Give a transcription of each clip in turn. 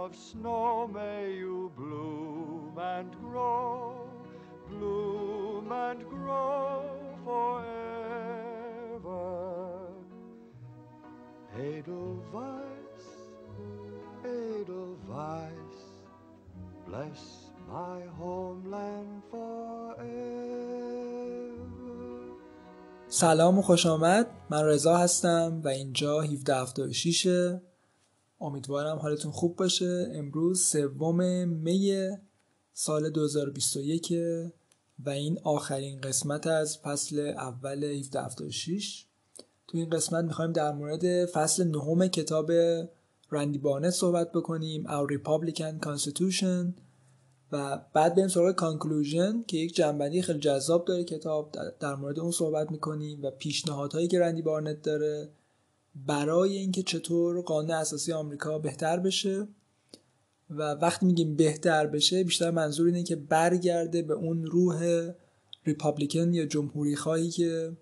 of snow, may you bloom and grow, bloom and grow forever. Edelweiss, Edelweiss, bless my homeland forever. سلام و خوش آمد. من رضا هستم و اینجا 1776. امیدوارم حالتون خوب باشه. امروز 3 می سال 2021 و این آخرین قسمت از فصل اول 1776. تو این قسمت میخوایم در مورد فصل 9 کتاب رندی بارنت صحبت بکنیم، Our Republican Constitution، و بعد بریم سراغ کانکلوژن که یک جنبندی خیلی جذاب داره کتاب. در مورد اون صحبت میکنیم و پیشنهادهایی که رندی بارنت داره برای اینکه چطور قانون اساسی آمریکا بهتر بشه. و وقتی میگیم بهتر بشه بیشتر منظور اینه که برگرده به اون روح ریپابلیکن یا جمهوری خواهی که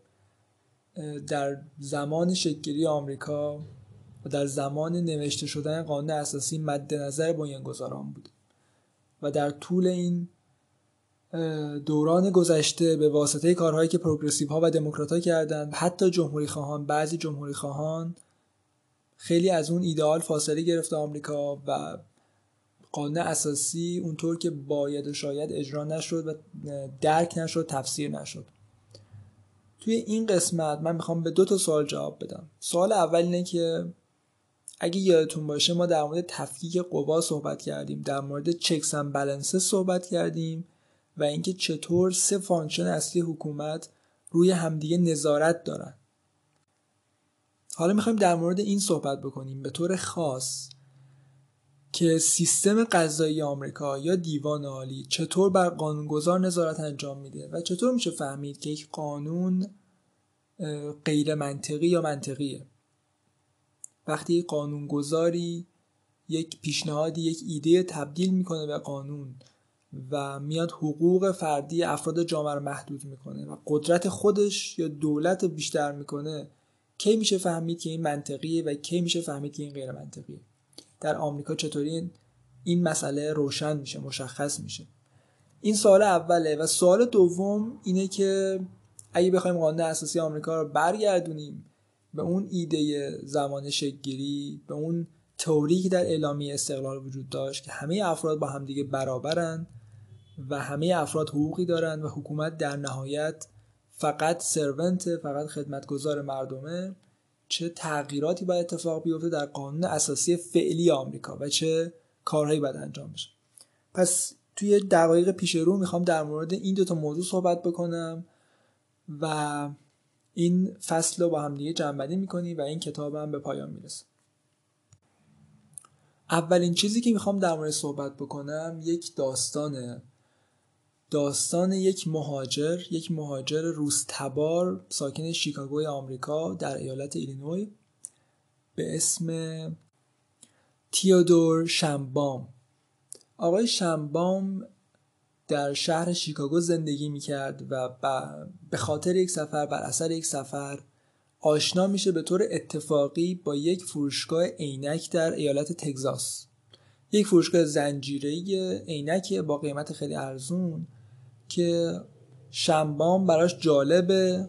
در زمان شکل‌گیری آمریکا و در زمان نوشته شدن قانون اساسی مد نظر بنیانگذاران بود و در طول این دوران گذشته به واسطه کارهایی که پروگرسیو ها و دموکرات ها کردن، حتی جمهوری خواهان، بعضی جمهوری خواهان خیلی از اون ایدئال فاصله گرفته آمریکا و قانون اساسی اونطور که باید و شاید اجرا نشد و درک نشد، تفسیر نشد. توی این قسمت من میخوام به 2 سوال جواب بدم. سوال اول اینه که اگه یادتون باشه ما در مورد تفکیک قوا صحبت کردیم، در مورد چکس اند بالانسز صحبت کردیم و اینکه چطور 3 فانکشن اصلی حکومت روی همدیگه نظارت دارن. حالا میخوایم در مورد این صحبت بکنیم به طور خاص که سیستم قضایی آمریکا یا دیوان عالی چطور بر قانونگذار نظارت انجام میده و چطور میشه فهمید که یک قانون غیر منطقی یا منطقیه. وقتی قانونگذاری یک پیشنهادی، یک ایده تبدیل میکنه به قانون و میاد حقوق فردی افراد جامعه رو محدود میکنه و قدرت خودش یا دولت بیشتر میکنه، کی میشه فهمید که این منطقیه و کی میشه فهمید که این غیر منطقیه؟ در آمریکا چطوری این مسئله روشن میشه، مشخص میشه؟ این سوال اوله. و سوال دوم اینه که اگه بخوایم قانون اساسی آمریکا رو برگردونیم به اون ایده زمان شکل‌گیری، به اون تئوری که در اعلامیه استقلال وجود داشت که همه افراد با همدیگه برابرن و همه افراد حقوقی دارن و حکومت در نهایت فقط سرونت، فقط خدمتگزار مردمه، چه تغییراتی باید اتفاق بیفته در قانون اساسی فعلی آمریکا و چه کارهایی باید انجام بشه. پس توی دقایق پیش رو میخوام در مورد این 2 موضوع صحبت بکنم و این فصل رو با هم دیگه جمع‌بندی می‌کنی و این کتابم به پایان میرسه. اولین چیزی که میخوام در مورد صحبت بکنم یک داستان یک مهاجر روس‌تبار ساکن شیکاگوی آمریکا در ایالت ایلینوی به اسم تئودور شنبام. آقای شنبام در شهر شیکاگو زندگی میکرد و به خاطر یک سفر، بر اثر یک سفر آشنا میشه به طور اتفاقی با یک فروشگاه عینک در ایالت تگزاس. یک فروشگاه زنجیره‌ای عینک با قیمت خیلی ارزون که شنبام براش جالبه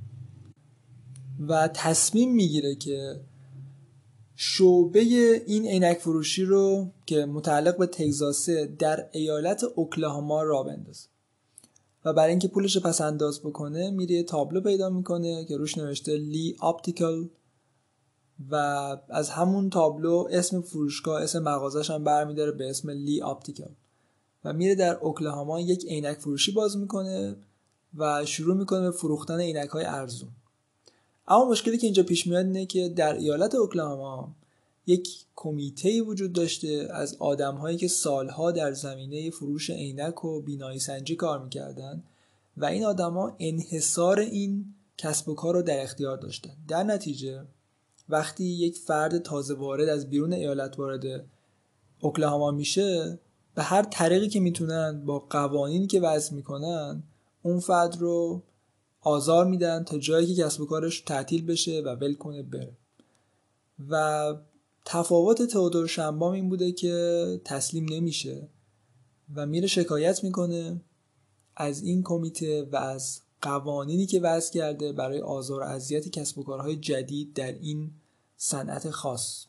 و تصمیم میگیره که شعبه این عینک فروشی رو که متعلق به تگزاسه در ایالت اوکلاهاما راه بندازه و برای اینکه پولش رو پس انداز بکنه میره تابلو پیدا میکنه که روش نوشته لی آپتیکال و از همون تابلو اسم فروشگاه، اسم مغازش هم برمیداره به اسم لی آپتیکال و میره در اوکلاهاما یک عینک فروشی باز میکنه و شروع میکنه به فروختن عینک‌های ارزون. اما مشکلی که اینجا پیش میاد اینه که در ایالت اوکلاهاما یک کمیته وجود داشته از آدم‌هایی که سالها در زمینه فروش عینک و بینایی سنجی کار می‌کردن و این آدم‌ها انحصار این کسب و کار رو در اختیار داشتن. در نتیجه وقتی یک فرد تازه وارد از بیرون ایالت وارد اوکلاهاما میشه، به هر طریقی که میتونن با قوانینی که وضع میکنن اون فرد رو آزار میدن تا جایی که کسب و کارش تعطیل بشه و ول کنه بره. و تفاوت تئودور شنبام این بوده که تسلیم نمیشه و میره شکایت میکنه از این کمیته و از قوانینی که وضع کرده برای آزار و اذیت کسب و کارهای جدید در این صنعت خاص.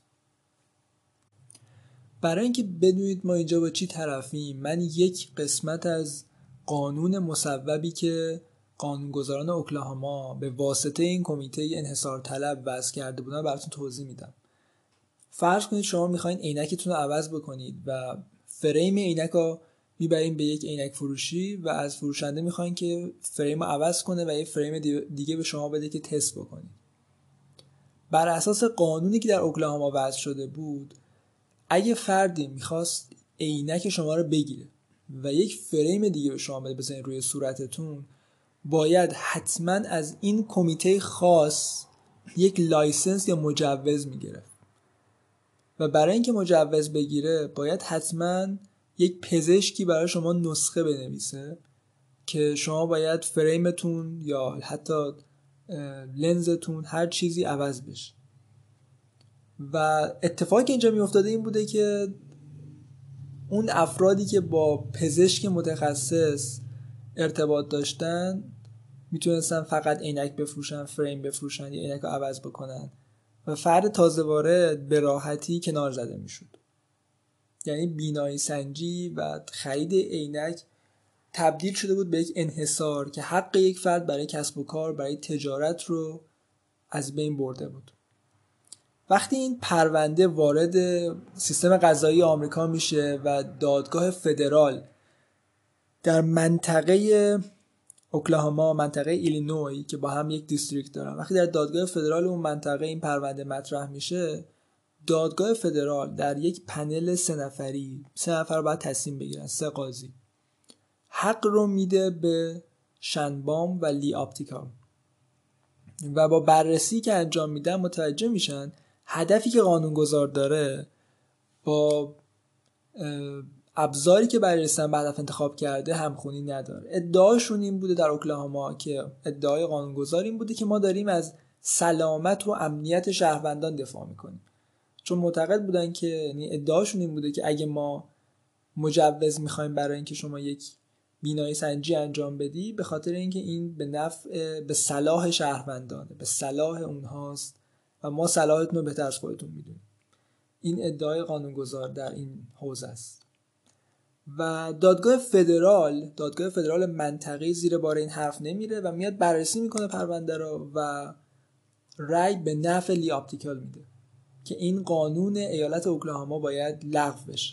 برای اینکه بدونید ما اینجا با چی طرفیم، من یک قسمت از قانون مصوبی که قانونگذاران اوکلاهاما به واسطه این کمیته انحصار طلب وضع کرده بودن براتون توضیح میدم. فرض کنید شما میخواین عینکتون رو عوض بکنید و فریم عینک رو میبرین به یک عینک فروشی و از فروشنده میخواین که فریم رو عوض کنه و یک فریم دیگه به شما بده که تست بکنید. بر اساس قانونی که در اوکلاهاما وضع شده بود، اگه فردی میخواست عینک شما رو بگیره و یک فریم دیگه به شما بده بزنید روی صورتتون، باید حتما از این کمیته خاص یک لایسنس یا مجوز میگرفت و برای اینکه مجوز بگیره باید حتما یک پزشکی برای شما نسخه بنویسه که شما باید فریمتون یا حتی لنزتون هر چیزی عوض بشه. و اتفاقی که اینجا میافتاده این بوده که اون افرادی که با پزشک متخصص ارتباط داشتن میتونستن فقط عینک بفروشن، فریم بفروشن یا عینک رو عوض بکنن و فرد تازه وارد به راحتی کنار زده میشد. یعنی بینایی سنجی و خرید عینک تبدیل شده بود به یک انحصار که حق یک فرد برای کسب و کار، برای تجارت رو از بین برده بود. وقتی این پرونده وارد سیستم قضایی آمریکا میشه و دادگاه فدرال در منطقه اوکلاهاما، منطقه ایلینوی که با هم یک دیستریکت دارن، وقتی در دادگاه فدرال اون منطقه این پرونده مطرح میشه، دادگاه فدرال در یک پنل 3 نفر باید تصمیم بگیرن، 3 قاضی، حق رو میده به شنبام و لی آپتیکال و با بررسی که انجام میدن متوجه میشن هدفی که قانونگذار داره با ابزاری که برای رسیدن به هدف انتخاب کرده همخونی نداره. ادعاشون این بوده در اوکلاهاما، که ادعای قانونگذار این بوده که ما داریم از سلامت و امنیت شهروندان دفاع میکنیم، چون معتقد بودن که، یعنی ادعاشون این بوده که اگه ما مجوز میخوایم برای اینکه شما یک بینایی سنجی انجام بدی، به خاطر اینکه این به نفع، به صلاح شهروندانه، به صلاح اونهاست و ما صلاحتون رو بهتر از خودتون میدونیم. این ادعای قانونگذار در این حوزه است. و دادگاه فدرال منطقه‌ای زیر بار این حرف نمیره و میاد بررسی میکنه پرونده رو و رأی به نفع لی آپتیکال میده که این قانون ایالت اوکلاهاما باید لغو بشه.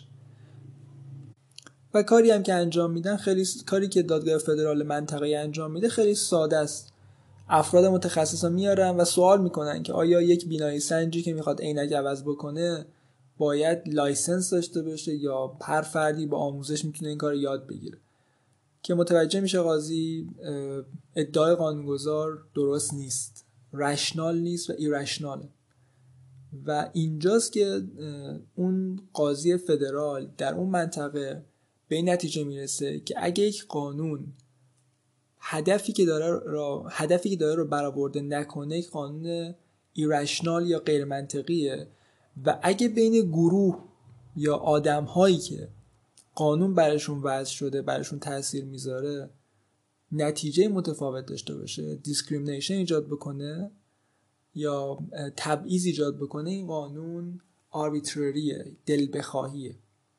و کاری هم که انجام میدن، کاری که دادگاه فدرال منطقه‌ای انجام میده خیلی ساده است. افراد متخصصا میارن و سوال میکنن که آیا یک بینایی سنجی که میخواد عینک عوض بکنه باید لایسنس داشته باشه یا هر فردی با آموزش میتونه این کار یاد بگیره، که متوجه میشه قاضی ادعای قانونگذار درست نیست، رشنال نیست و ایرشناله. و اینجاست که اون قاضی فدرال در اون منطقه به این نتیجه میرسه که اگه یک قانون هدفی که داره رو برآورده نکنه، یک قانون ایرشنال یا غیر منطقیه و اگه بین گروه یا آدم‌هایی که قانون براشون وضع شده براشون تأثیر میذاره نتیجه متفاوت داشته باشه، دیسکریمینیشن ایجاد بکنه یا تبعیض ایجاد بکنه، این قانون آربیتراریه، دل بخواهیه،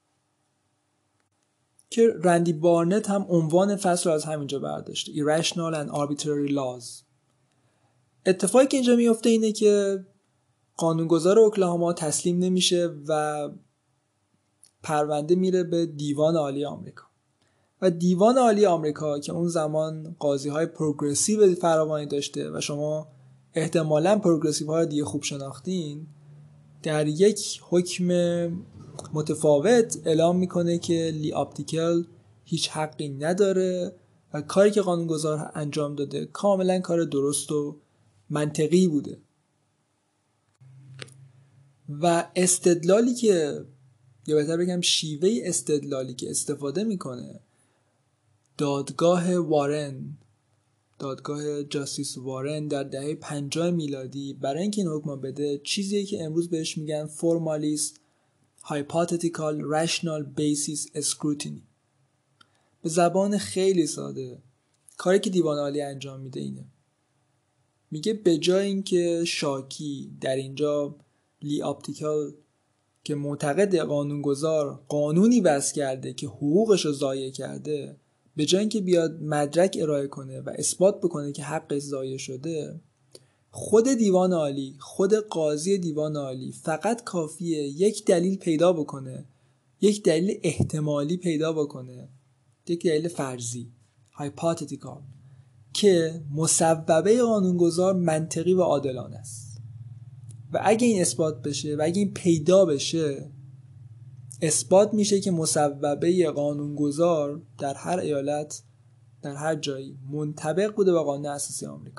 که رندی بارنت هم عنوان فصل رو از همینجا برداشته، Irrational and Arbitrary Laws. اتفاقی که اینجا میفته اینه که قانونگذار اوکلاهاما تسلیم نمیشه و پرونده میره به دیوان عالی آمریکا و دیوان عالی آمریکا که اون زمان قاضی های پروگرسیو فراوانی داشته و شما احتمالاً پروگرسیو ها دیگه خوب شناختین، در یک حکم متفاوت اعلام میکنه که لی آپتیکال هیچ حقی نداره و کاری که قانونگذار انجام داده کاملا کار درست و منطقی بوده. و استدلالی که، یا بهتر بگم شیوه استدلالی که استفاده میکنه دادگاه وارن دادگاه جاستیس وارن در دهه 50 میلادی برای اینکه این حکم بده، چیزی که امروز بهش میگن formalist hypothetical rational basis scrutiny. به زبان خیلی ساده کاری که دیوان عالی انجام میده اینه، میگه به جای اینکه شاکی در اینجا لی آپتیکال که معتقد قانونگذار قانونی وضع کرده که حقوقش رو ضایع کرده، به جای اینکه بیاد مدرک ارائه کنه و اثبات بکنه که حقش ضایع شده، خود دیوان عالی، خود قاضی دیوان عالی فقط کافیه یک دلیل پیدا بکنه، یک دلیل احتمالی پیدا بکنه، یک دلیل فرضی hypothetical که مصوبه قانونگذار منطقی و عادلانه است و اگه این اثبات بشه و اگه این پیدا بشه، اثبات میشه که مصوبه قانونگذار در هر ایالت در هر جایی منطبق بوده با قانون اساسی آمریکا.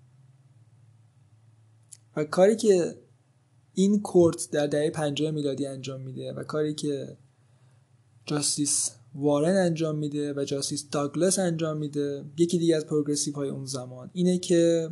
و کاری که این کورت در دهه 50 میلادی انجام میده و کاری که جاستیس وارن انجام میده و جاستیس داگلاس انجام میده، یکی دیگه از پروگرسیو های اون زمان، اینه که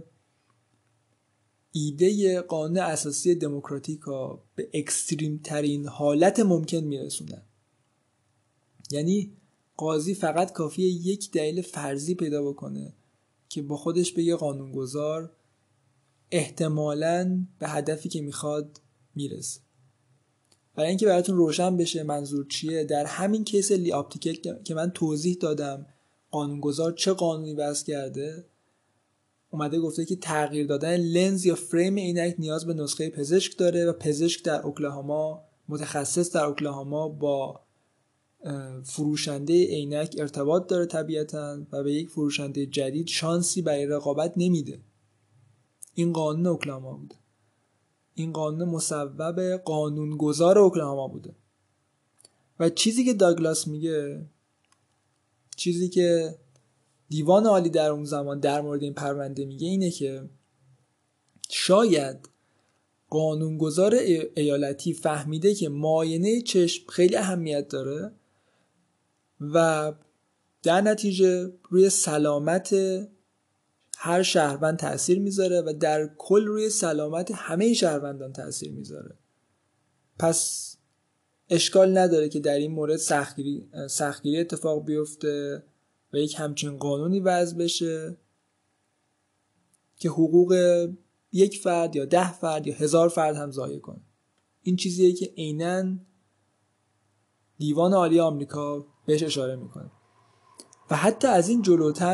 ایده قانون اساسی دموکراتیک ها به اکستریم ترین حالت ممکن میرسونن. یعنی قاضی فقط کافیه یک دلیل فرضی پیدا بکنه که با خودش بگه قانونگذار احتمالاً به هدفی که میخواد میرسه. برای اینکه براتون روشن بشه منظور چیه، در همین کیس لی آپتیکل که من توضیح دادم قانونگذار چه قانونی وضع کرده، اومده گفته که تغییر دادن لنز یا فریم عینک نیاز به نسخه پزشک داره و پزشک در اوکلاهاما، متخصص در اوکلاهاما، با فروشنده عینک ارتباط داره طبیعتاً و به یک فروشنده جدید شانسی برای رقابت نمیده. این قانون اوکلاهاما بوده، این قانون مصوب قانونگذار اوکلاهاما بوده. و چیزی که داگلاس میگه، چیزی که دیوان عالی در اون زمان در مورد این پرونده میگه، اینه که شاید قانونگذار ایالتی فهمیده که معاینه چشم خیلی اهمیت داره و در نتیجه روی سلامت هر شهروند تأثیر میذاره و در کل روی سلامت همه شهروندان تأثیر میذاره. پس اشکال نداره که در این مورد سختگیری اتفاق بیفته و یک همچین قانونی وضع بشه که حقوق یک فرد یا 10 فرد یا 1000 فرد هم ضایع کنه. این چیزیه که عیناً دیوان عالی آمریکا بهش اشاره میکنه. و حتی از این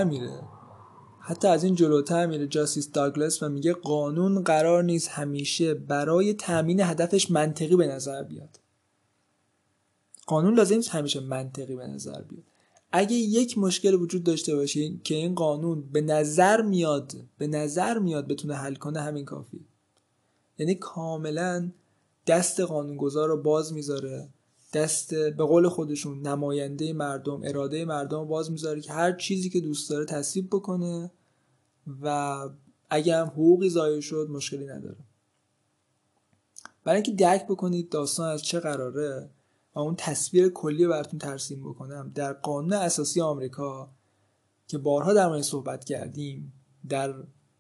جلوتر میره جاستیس داگلاس و میگه قانون قرار نیست همیشه برای تامین هدفش منطقی به نظر بیاد. قانون لازم نیست همیشه منطقی به نظر بیاد. اگه یک مشکل وجود داشته باشه که این قانون به نظر میاد بتونه حل کنه، همین کافی. یعنی کاملا دست قانونگذار رو باز میذاره، دست به قول خودشون نماینده مردم، اراده مردم رو باز میذاره که هر چیزی که دوست داره تصویب بکنه و اگه هم حقوقی ضایع شد مشکلی نداره. برای اینکه درک بکنید داستان از چه قراره و اون تصویر کلی رو براتون ترسیم بکنم، در قانون اساسی آمریکا که بارها در موردش صحبت کردیم، در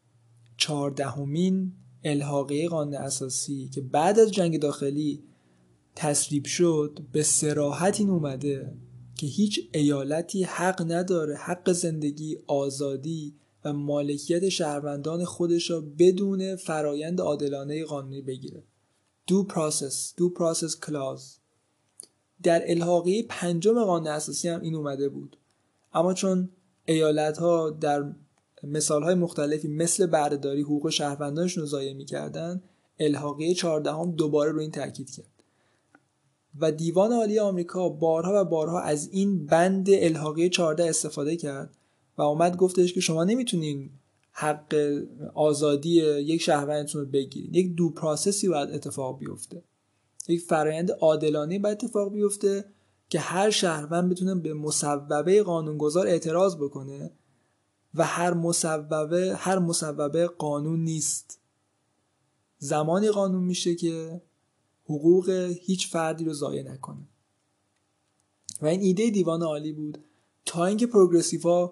14مین الحاقیه قانون اساسی که بعد از جنگ داخلی تصویب شد، به صراحت این اومده که هیچ ایالتی حق نداره حق زندگی، آزادی و مالکیت شهروندان خودش را بدون فرایند عادلانه قانونی بگیره. due process clause در الحاقیه 5 قانون اساسی هم این اومده بود، اما چون ایالت‌ها در مثال‌های مختلفی مثل بردهداری حقوق شهروندانشون رو ضایع می‌کردن، الحاقیه 14 دوباره رو این تاکید کرد و دیوان عالی آمریکا بارها و بارها از این بند الحاقیه 14 استفاده کرد و اومد گفتش که شما نمیتونین حق آزادی یک شهروندتون رو بگیرید. یک دو پروسسی باید اتفاق بیفته، یک فرآیند عادلانه باید اتفاق بیفته که هر شهروند بتونه به مصوبه قانونگذار اعتراض بکنه و هر مصوبه قانون نیست. زمانی قانون میشه که حقوق هیچ فردی رو ضایع نکنه. و این ایده دیوان عالی بود تا اینکه پروگرسیوها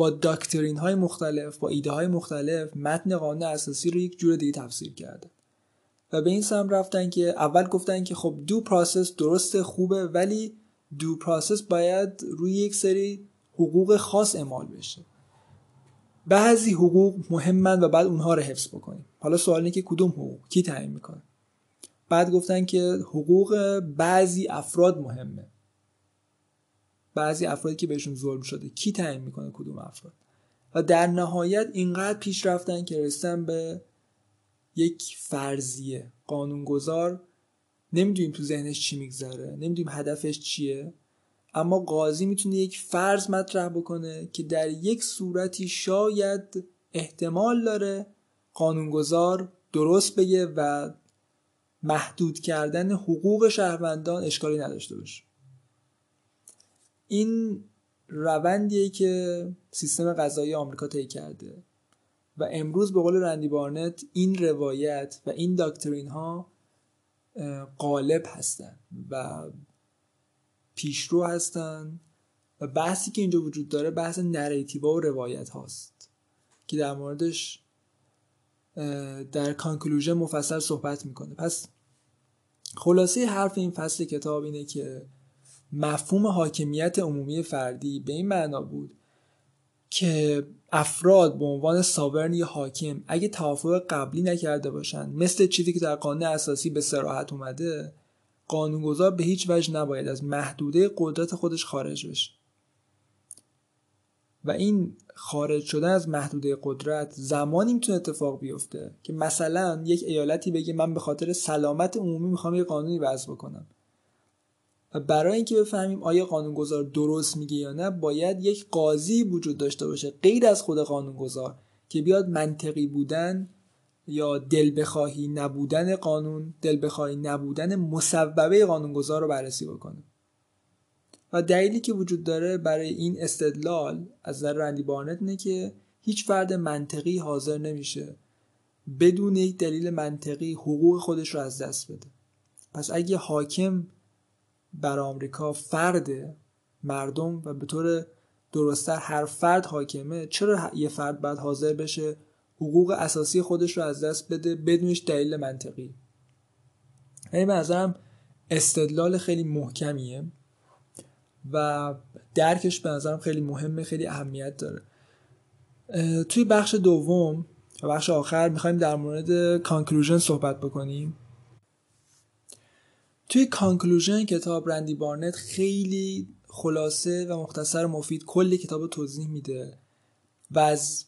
با داکترین های مختلف، با ایده های مختلف متن قانون اساسی رو یک جور دیگه تفسیر کردن و به این سمت رفتن که اول گفتن که خب دو پروسس درسته خوبه، ولی دو پروسس باید روی یک سری حقوق خاص اعمال بشه. بعضی حقوق مهمن و بعد اونها رو حفظ بکنیم. حالا سوال اینه که کدوم حقوق کی تعیین میکنه؟ بعد گفتن که حقوق بعضی افراد مهمه. بعضی افرادی که بهشون ظلم شده کی تعیین میکنه کدوم افراد؟ و در نهایت اینقدر پیش رفتن که رسیدن به یک فرضیه. قانونگذار نمیدونیم تو ذهنش چی میگذره، نمیدونیم هدفش چیه، اما قاضی میتونه یک فرض مطرح بکنه که در یک صورتی شاید احتمال داره قانونگذار درست بگه و محدود کردن حقوق شهروندان اشکالی نداشته باشه. این روندیه که سیستم قضایی آمریکا طی کرده و امروز به قول رندی بارنت این روایت و این داکترین ها غالب هستن و پیشرو هستن و بحثی که اینجا وجود داره بحث نریتیوا و روایت هاست که در موردش در کانکلوژن مفصل صحبت میکنه. پس خلاصه حرف این فصل کتاب اینه که مفهوم حاکمیت عمومی فردی به این معنا بود که افراد به عنوان ساورن یا حاکم اگه توافق قبلی نکرده باشن، مثل چیزی که در قانون اساسی به صراحت اومده، قانونگذار به هیچ وجه نباید از محدوده قدرت خودش خارج بشه. و این خارج شدن از محدوده قدرت زمانی میتونه اتفاق بیفته که مثلا یک ایالتی بگه من به خاطر سلامت عمومی میخوام یه قانونی وضع بکنم و برای اینکه بفهمیم آیا قانونگذار درست میگه یا نه باید یک قاضی وجود داشته باشه غیر از خود قانونگذار که بیاد منطقی بودن یا دل بخواهی نبودن قانون، دل بخواهی نبودن مصوبه قانونگذار رو بررسی بکنه. و دلیلی که وجود داره برای این استدلال از نظر رندی بارنت اینه که هیچ فرد منطقی حاضر نمیشه بدون یک دلیل منطقی حقوق خودش رو از دست بده. پس اگه حاکم بر آمریکا فرد مردم و به طور درست‌تر هر فرد حاکمه، چرا یه فرد باید حاضر بشه حقوق اساسی خودش رو از دست بده بدونش دلیل منطقی؟ یعنی به نظرم استدلال خیلی محکمیه و درکش به نظرم خیلی مهمه، خیلی اهمیت داره. توی بخش دوم و بخش آخر میخوایم در مورد کانکلوژن صحبت بکنیم. توی کانکلوژن کتاب رندی بارنت خیلی خلاصه و مختصر و مفید کلی کتاب رو توضیح میده و از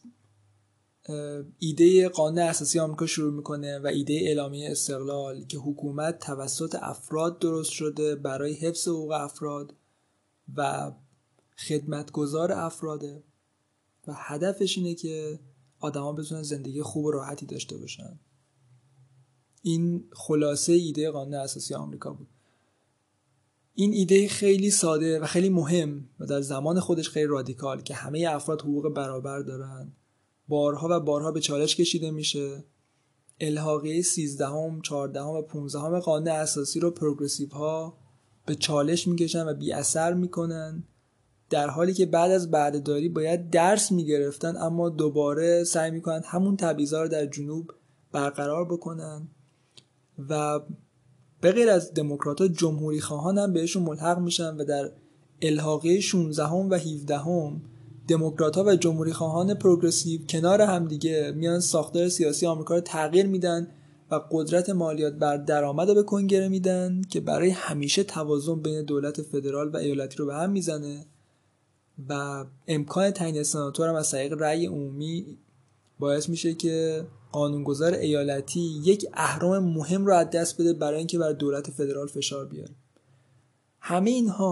ایده قانون اساسی آمریکا شروع میکنه و ایده اعلامیه استقلال که حکومت توسط افراد درست شده برای حفظ حقوق افراد و خدمتگزار افراده و هدفش اینه که آدما بتونن زندگی خوب و راحتی داشته باشن. این خلاصه ایده قانون اساسی آمریکا بود. این ایده خیلی ساده و خیلی مهم و در زمان خودش خیلی رادیکال که همه افراد حقوق برابر دارن بارها و بارها به چالش کشیده میشه. الحاقیه 13ام، 14ام و 15ام قانون اساسی رو پروگرسیو ها به چالش میکشن و بی اثر میکنن، در حالی که بعد از بردهداری باید درس میگرفتن اما دوباره سعی میکنن همون تبعیضا رو در جنوب برقرار بکنن. و به غیر از دموکرات‌ها جمهوری خواهان هم بهشون ملحق میشن و در الحاقیه 16ام و 17ام دموکرات‌ها و جمهوری خواهان پروگرسیو کنار هم دیگه میان ساختار سیاسی آمریکا رو تغییر میدن و قدرت مالیات بر درآمد رو به کنگره میدن که برای همیشه توازن بین دولت فدرال و ایالتی رو به هم میزنه و امکان تعیین سناتور هم از طریق رأی عمومی باعث میشه که قانونگذار ایالتی یک اهرم مهم رو از دست بده برای اینکه بر دولت فدرال فشار بیاره. همه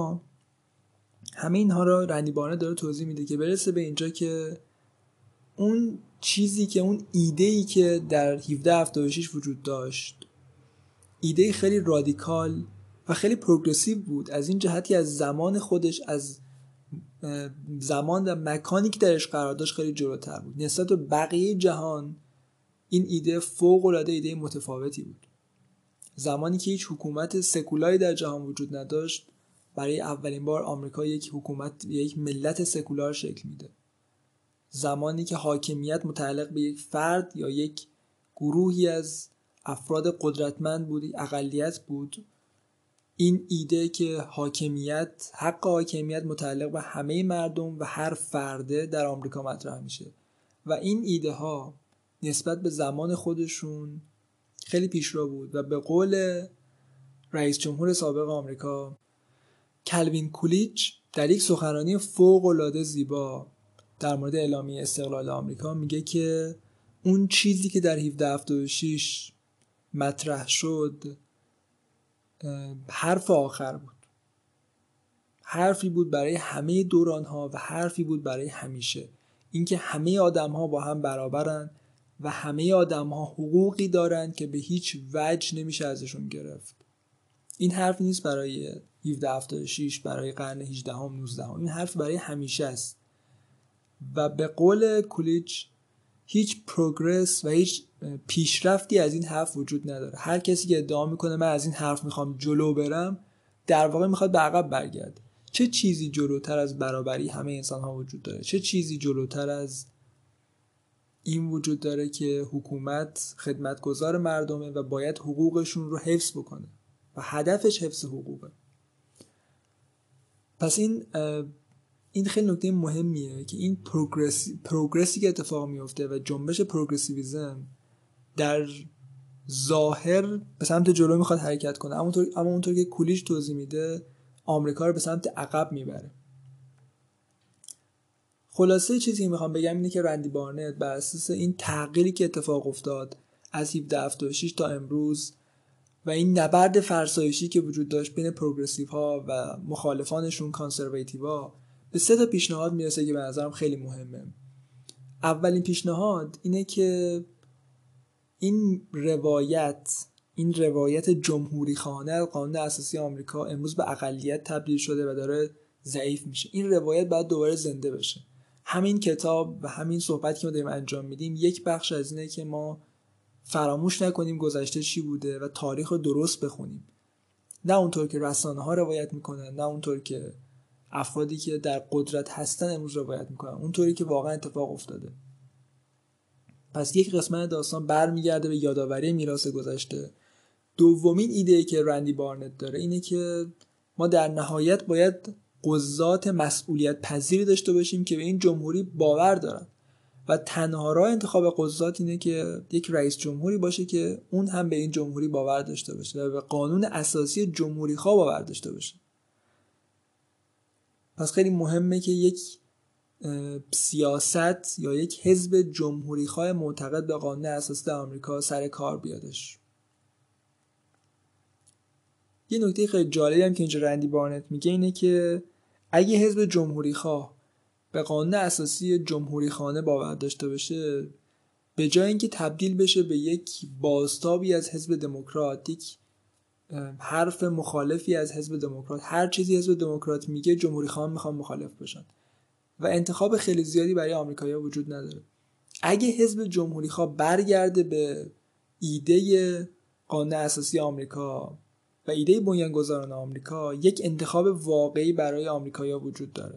اینها رو رندی بارنت داره توضیح میده که برسه به اینجا که اون چیزی که اون ایده‌ای که در 1776 وجود داشت ایده خیلی رادیکال و خیلی پروگرسیو بود، از این جهتی از زمان خودش، از زمان و مکانی که درش قرار داشت خیلی جلوتر بود نسبت به بقیه جهان. این ایده فوق‌العاده ایده متفاوتی بود. زمانی که هیچ حکومت سکولاری در جهان وجود نداشت برای اولین بار آمریکا یک حکومت، یک ملت سکولار شکل میده زمانی که حاکمیت متعلق به یک فرد یا یک گروهی از افراد قدرتمند بود، اقلیت بود، این ایده که حاکمیت، حق حاکمیت متعلق به همه مردم و هر فرده در آمریکا مطرح میشه و این ایده ها نسبت به زمان خودشون خیلی پیشرو بود و به قول رئیس جمهور سابق آمریکا کلوین کولیچ در یک سخنرانی فوق‌العاده زیبا در مورد اعلامیه استقلال آمریکا میگه که اون چیزی که در 1776 مطرح شد حرف آخر بود، حرفی بود برای همه دوران‌ها و حرفی بود برای همیشه، اینکه همه آدم‌ها با هم برابرن و همه آدم‌ها حقوقی دارن که به هیچ وجه نمیشه ازشون گرفت. این حرف نیست برای 1776، برای قرن 18 هم 19 هم. این حرف برای همیشه است و به قول کولیچ هیچ پروگرس و هیچ پیشرفتی از این حرف وجود نداره. هر کسی که ادعا میکنه من از این حرف میخوام جلو برم، در واقع میخواد به عقب برگرده. چه چیزی جلوتر از برابری همه انسان ها وجود داره؟ چه چیزی جلوتر از این وجود داره که حکومت خدمتگزار مردمه و باید حقوقشون رو حفظ بکنه و هدفش حفظ حقوقه؟ پس این خیلی نکته مهمیه که این پروگرسی که اتفاق میفته و جنبش پروگرسیویسم در ظاهر به سمت جلو میخواد حرکت کنه، اما اونطور که کولیچ توضیح میده آمریکا رو به سمت عقب میبره. خلاصه چیزی که میخوام بگم اینه که رندی بارنت بر اساس این تغییری که اتفاق افتاد از 1776 تا امروز و این نبرد فرسایشی که وجود داشت بین پروگرسیو ها و مخالفانشون کانسرواتیو ها، به 3 پیشنهاد میرسه که به نظرم خیلی مهمه. اولین پیشنهاد اینه که این روایت جمهوری خانه قانون اساسی آمریکا امروز به اقلیت تبدیل شده و داره ضعیف میشه. این روایت باید دوباره زنده بشه. همین کتاب و همین صحبت که ما داریم انجام میدیم یک بخش از اینه که ما فراموش نکنیم گذشته چی بوده و تاریخ رو درست بخونیم، نه اونطور که رسانه ها روایت میکنن، نه اونطور که افرادی که در قدرت هستن امروز روایت میکنن، اونطوری که واقعا اتفاق افتاده. پس یک قسمت داستان برمیگرده به یادآوری میراث گذشته. دومین ایده که رندی بارنت داره اینه که ما در نهایت باید قضات مسئولیت پذیری داشته باشیم که به این جمهوری باور دارن و تنها راه انتخاب قضات اینه که یک رئیس جمهوری باشه که اون هم به این جمهوری باور داشته باشه و به قانون اساسی جمهوری خواه باور داشته باشه. پس خیلی مهمه که یک سیاست یا یک حزب جمهوری خواه معتقد به قانون اساسی آمریکا سر کار بیادش. یه نکته خیلی جالبی هم که اینجا رندی بارنت میگه اینه که اگه حزب جمهوری خواه به قانون اساسی جمهوری خانه باور داشته باشه، به جای اینکه تبدیل بشه به یک بازتابی از حزب دموکرات، یک حرف مخالفی از حزب دموکرات، هر چیزی حزب دموکرات میگه جمهوری خواه میخوان مخالف باشن و انتخاب خیلی زیادی برای آمریکایی‌ها وجود نداره. اگه حزب جمهوری خواه برگرده به ایده قانون اساسی آمریکا و ایده بنیانگذاران آمریکا، یک انتخاب واقعی برای آمریکایی‌ها وجود داره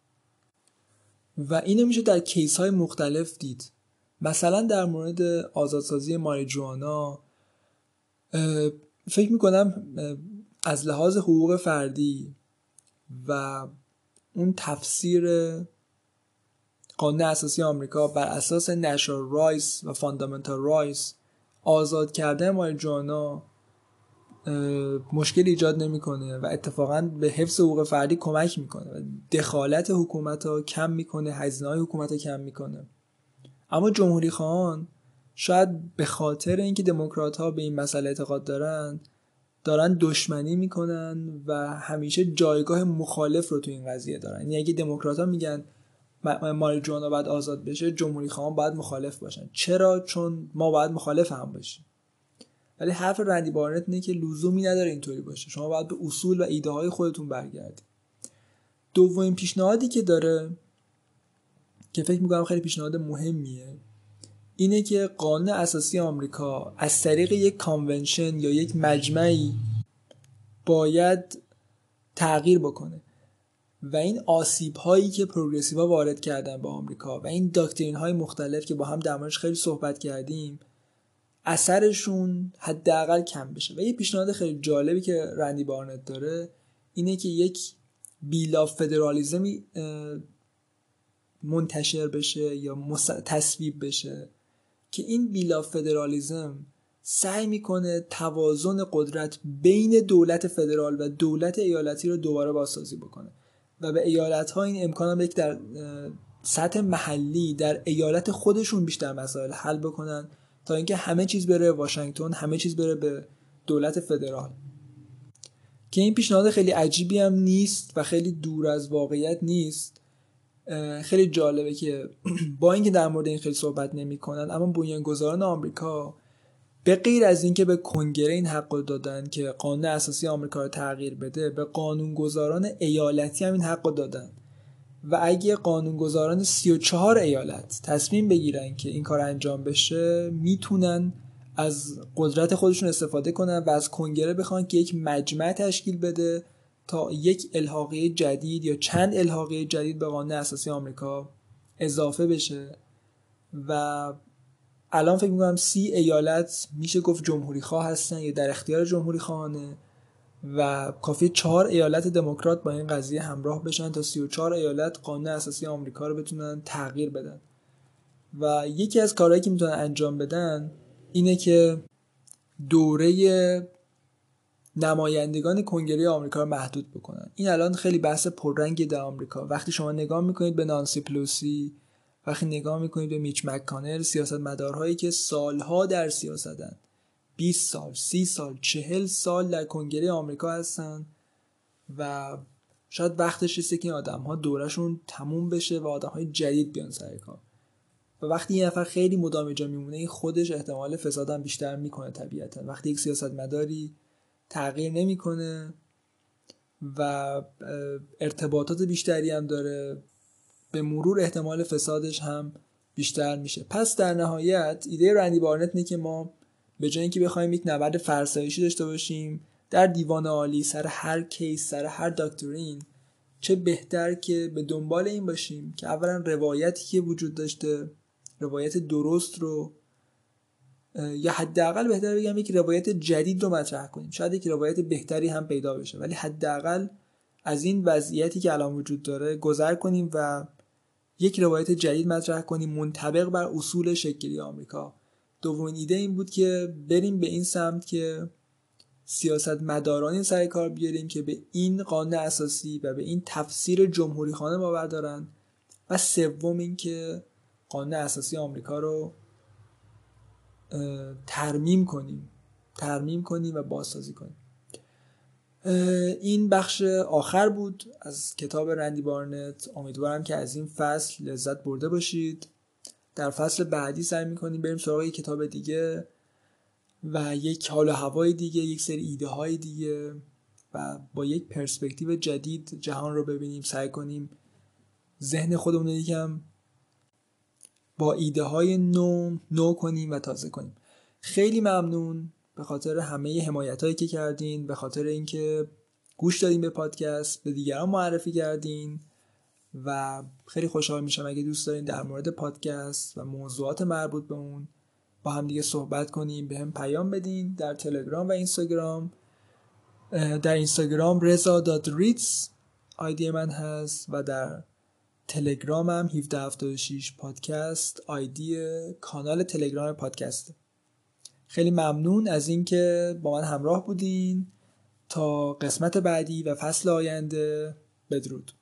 و اینو میشه در کیس های مختلف دید. مثلا در مورد آزادسازی ماریجوانا فکر میکنم از لحاظ حقوق فردی و اون تفسیر قانون اساسی آمریکا بر اساس نچرال رایتس و فاندامنتال رایتس، آزاد کردن ماریجوانا مشکل ایجاد نمیکنه و اتفاقا به حفظ حقوق فردی کمک میکنه و دخالت حکومت‌ها کم میکنه، هزینه‌های حکومت‌ها کم میکنه. اما جمهوری خواهان شاید به خاطر اینکه دموکرات‌ها به این مسئله اعتقاد دارن دشمنی میکنن و همیشه جایگاه مخالف رو تو این قضیه دارن. یعنی اگه دموکرات‌ها میگن ماریجوانا باید آزاد بشه، جمهوری خواهان باید مخالف باشن. چرا؟ چون ما باید مخالف هم باشیم. ولی حرف رندی بارنت اینه که لزومی نداره اینطوری باشه. شما باید به اصول و ایده های خودتون برگردید. دومین پیشنهادی که داره که فکر میکنم خیلی پیشنهاد مهمیه اینه که قانون اساسی آمریکا از طریق یک کانونشن یا یک مجمعی باید تغییر بکنه. و این آسیب هایی که پروگرسیوها وارد کردن با آمریکا و این داکترین های مختلف که با هم در موردش خیلی صحبت کردیم اثرشون حداقل کم بشه. و یه پیشنهاد خیلی جالبی که رندی بارنت داره اینه که یک بیل آف فدرالیسمی منتشر بشه یا تصویب بشه که این بیل آف فدرالیسم سعی میکنه توازن قدرت بین دولت فدرال و دولت ایالتی رو دوباره بازسازی بکنه و به ایالت‌ها این امکان هم در سطح محلی در ایالت خودشون بیشتر مسائل حل بکنن تا اینکه همه چیز بره واشنگتن، همه چیز بره به دولت فدرال. که این پیشنهاد خیلی عجیبی هم نیست و خیلی دور از واقعیت نیست. خیلی جالبه که با اینکه در مورد این خیلی صحبت نمی‌کنن اما بنیانگذاران آمریکا به غیر از اینکه به کنگره این حق رو دادن که قانون اساسی آمریکا رو تغییر بده، به قانونگذاران ایالتی هم این حق رو دادن و اگه قانونگذاران 34 ایالت تصمیم بگیرن که این کار انجام بشه میتونن از قدرت خودشون استفاده کنن و از کنگره بخوان که یک مجمع تشکیل بده تا یک الحاقیه جدید یا چند الحاقیه جدید به قانون اساسی آمریکا اضافه بشه. و الان فکر می‌کنم 30 ایالت میشه گفت جمهوری خواه هستن یا در اختیار جمهوری خواهانه و کافیه 4 ایالت دموکرات با این قضیه همراه بشن تا 34 ایالت قانون اساسی آمریکا رو بتونن تغییر بدن. و یکی از کارهایی که میتونن انجام بدن اینه که دوره نمایندگان کنگره آمریکا رو محدود بکنن. این الان خیلی بحث پررنگی در آمریکا. وقتی شما نگاه میکنید به نانسی پلوسی، وقتی نگاه میکنید به میچ مک‌کانل، سیاستمدارهایی که سالها در سیاستن، 20 سال، 30 سال، 40 سال در کنگره آمریکا هستن و شاید وقتش رسیده که این آدم‌ها دورشون تموم بشه و آدم‌های جدید بیان سر کار. و وقتی یه نفر خیلی مدام اینجا میمونه این خودش احتمال فساد هم بیشتر میکنه طبیعتا. وقتی یک سیاستمداری تغییر نمیکنه و ارتباطات بیشتری هم داره، به مرور احتمال فسادش هم بیشتر میشه. پس در نهایت ایده رندی بارنت اینه که ما به جای اینکه بخوایم یک نبرد فرسایشی داشته باشیم در دیوان عالی سر هر کیس، سر هر داکترین، چه بهتر که به دنبال این باشیم که اولا روایتی که وجود داشته، روایت درست رو یا حداقل بهتر بگم یک روایت جدید رو مطرح کنیم. شاید یک روایت بهتری هم پیدا بشه ولی حداقل از این وضعیتی که الان وجود داره گذر کنیم و یک روایت جدید مطرح کنیم منطبق بر اصول شکلی آمریکا. دومین ایده این بود که بریم به این سمت که سیاستمداران سر کار بیاریم که به این قانون اساسی و به این تفسیر جمهوری خانه باور دارن و سوم این که قانون اساسی آمریکا رو ترمیم کنیم و بازسازی کنیم. این بخش آخر بود از کتاب رندی بارنت. امیدوارم که از این فصل لذت برده باشید. در فصل بعدی سعی می‌کنیم بریم سراغ یک کتاب دیگه و یک حال و هوای دیگه، یک سری ایده های دیگه و با یک پرسپکتیو جدید جهان رو ببینیم. سعی کنیم ذهن خودمون رو یکم با ایده های نو کنیم و تازه کنیم. خیلی ممنون به خاطر همه حمایت هایی که کردین، به خاطر اینکه گوش دادین به پادکست، به دیگران معرفی کردین و خیلی خوشحال میشم اگه دوست دارین در مورد پادکست و موضوعات مربوط به اون با هم دیگه صحبت کنیم. به هم پیام بدین در تلگرام و اینستاگرام. در اینستاگرام reza.ritz آیدی من هست و در تلگرام هم 1776 پادکست آیدی کانال تلگرام پادکست. خیلی ممنون از اینکه با من همراه بودین. تا قسمت بعدی و فصل آینده، بدرود.